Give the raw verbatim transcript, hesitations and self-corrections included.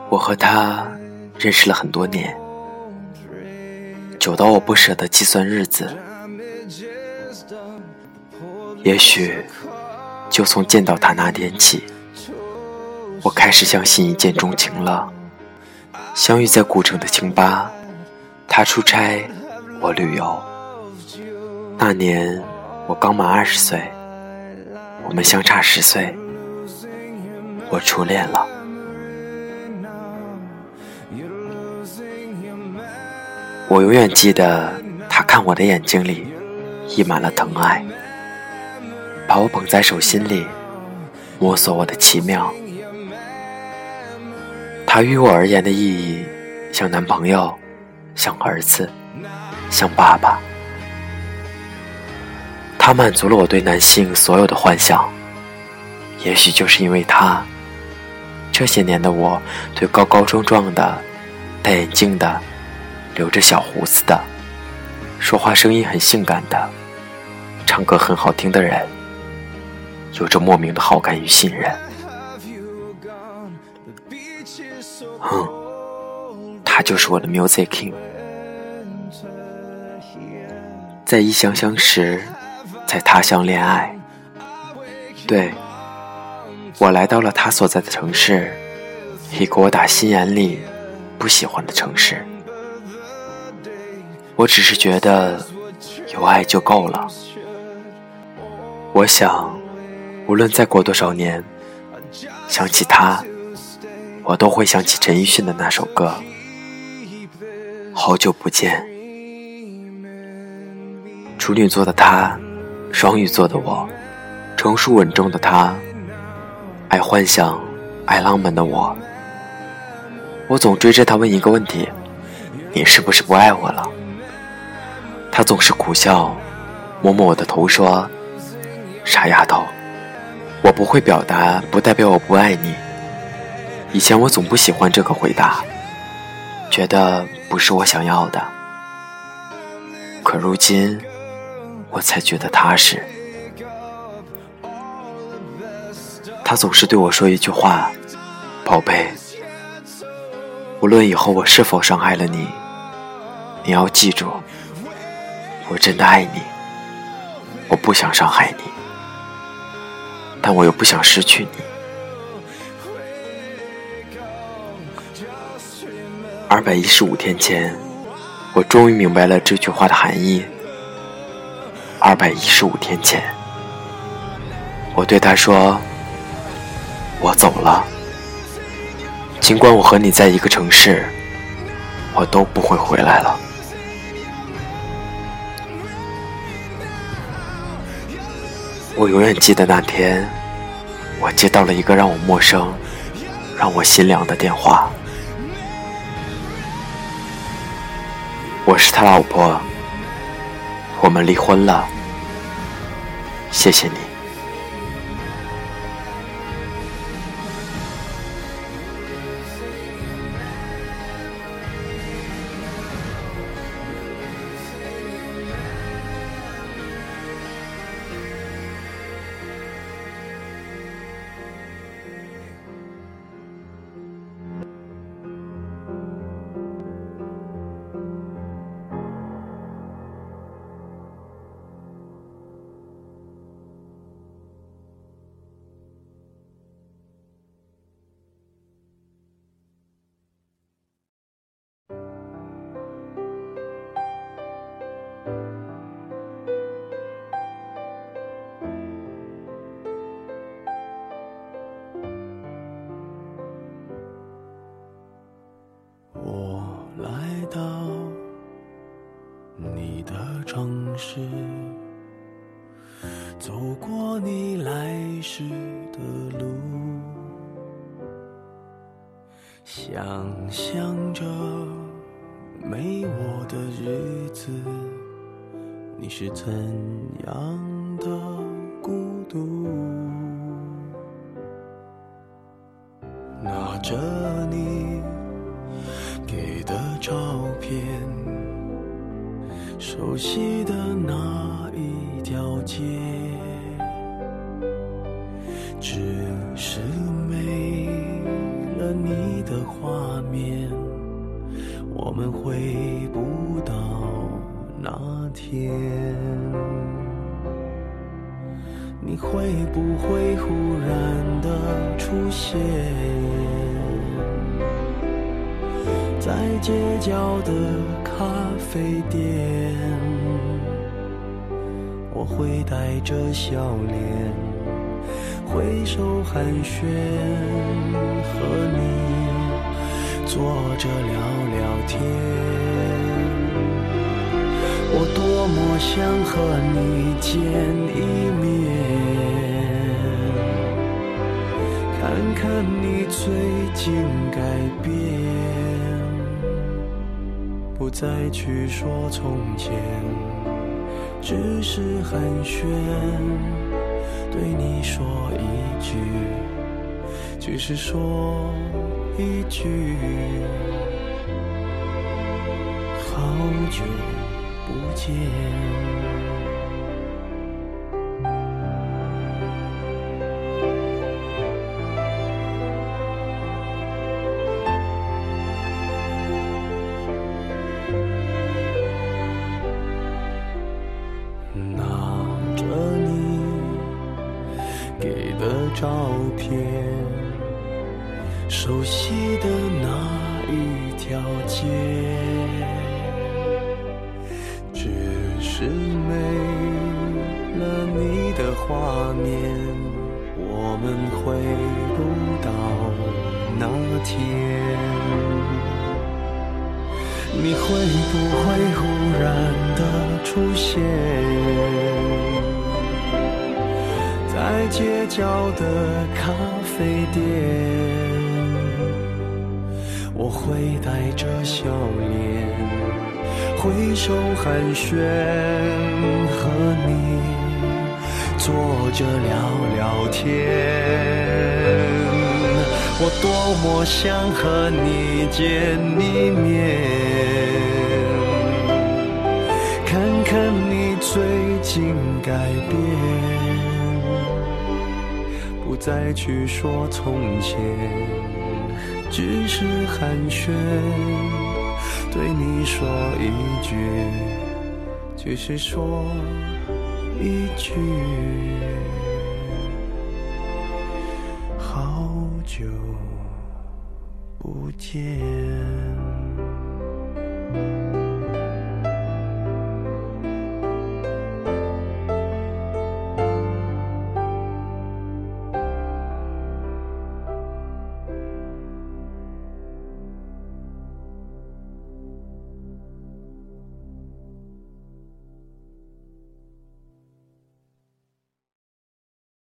我和他认识了很多年，久到我不舍得计算日子。也许就从见到他那天起，我开始相信一见钟情了。相遇在古城的清吧，他出差，我旅游。那年我刚满二十岁，我们相差十岁，我初恋了。我永远记得他看我的眼睛里溢满了疼爱，把我捧在手心里，摸索我的奇妙。他于我而言的意义，像男朋友，像儿子，像爸爸。他满足了我对男性所有的幻想。也许就是因为他，这些年的我对高高壮壮的、戴眼镜的、留着小胡子的、说话声音很性感的、唱歌很好听的人，有着莫名的好感与信任。哼，他就是我的 Music King。 在异乡相识，在他乡恋爱。对，我来到了他所在的城市，一个我打心眼里不喜欢的城市。我只是觉得有爱就够了。我想无论再过多少年，想起他，我都会想起陈奕迅的那首歌，好久不见。处女座的他，双鱼座的我，成熟稳重的他，爱幻想爱浪漫的我。我总追着他问一个问题，你是不是不爱我了？他总是苦笑，摸摸我的头说，傻丫头，我不会表达不代表我不爱你。以前我总不喜欢这个回答，觉得不是我想要的。可如今我才觉得踏实。他总是对我说一句话，宝贝，无论以后我是否伤害了你，你要记住，我真的爱你，我不想伤害你，但我又不想失去你。二百一十五天前，我终于明白了这句话的含义。二百一十五天前，我对他说，我走了，尽管我和你在一个城市，我都不会回来了。我永远记得那天，我接到了一个让我陌生、让我心凉的电话。我是他老婆，我们离婚了，谢谢你。 你的城市，走过你来时的路，想象着没我的日子，你是怎样的孤独。拿着你给的照片，熟悉的那一条街，只是没了你的画们回不到那天。你会不会忽然的出现在街角的咖啡店？我会带着笑脸挥手寒暄，和你坐着聊聊天。我多么想和你见一面，看看你最近改变，不再去说从前，只是寒暄，对你说一句，只是说一句，好久不见。拿着你给的照片，熟悉的那一条街，只是没了你的画面，我们回不到那天。你会不会忽然的出现在街角的咖啡店？我会带着笑脸挥手寒暄，和你坐着聊聊天。我多么想和你见一面，看看你最近改变，不再去说从前，只是寒暄，对你说一句，只是说一句，好久不见。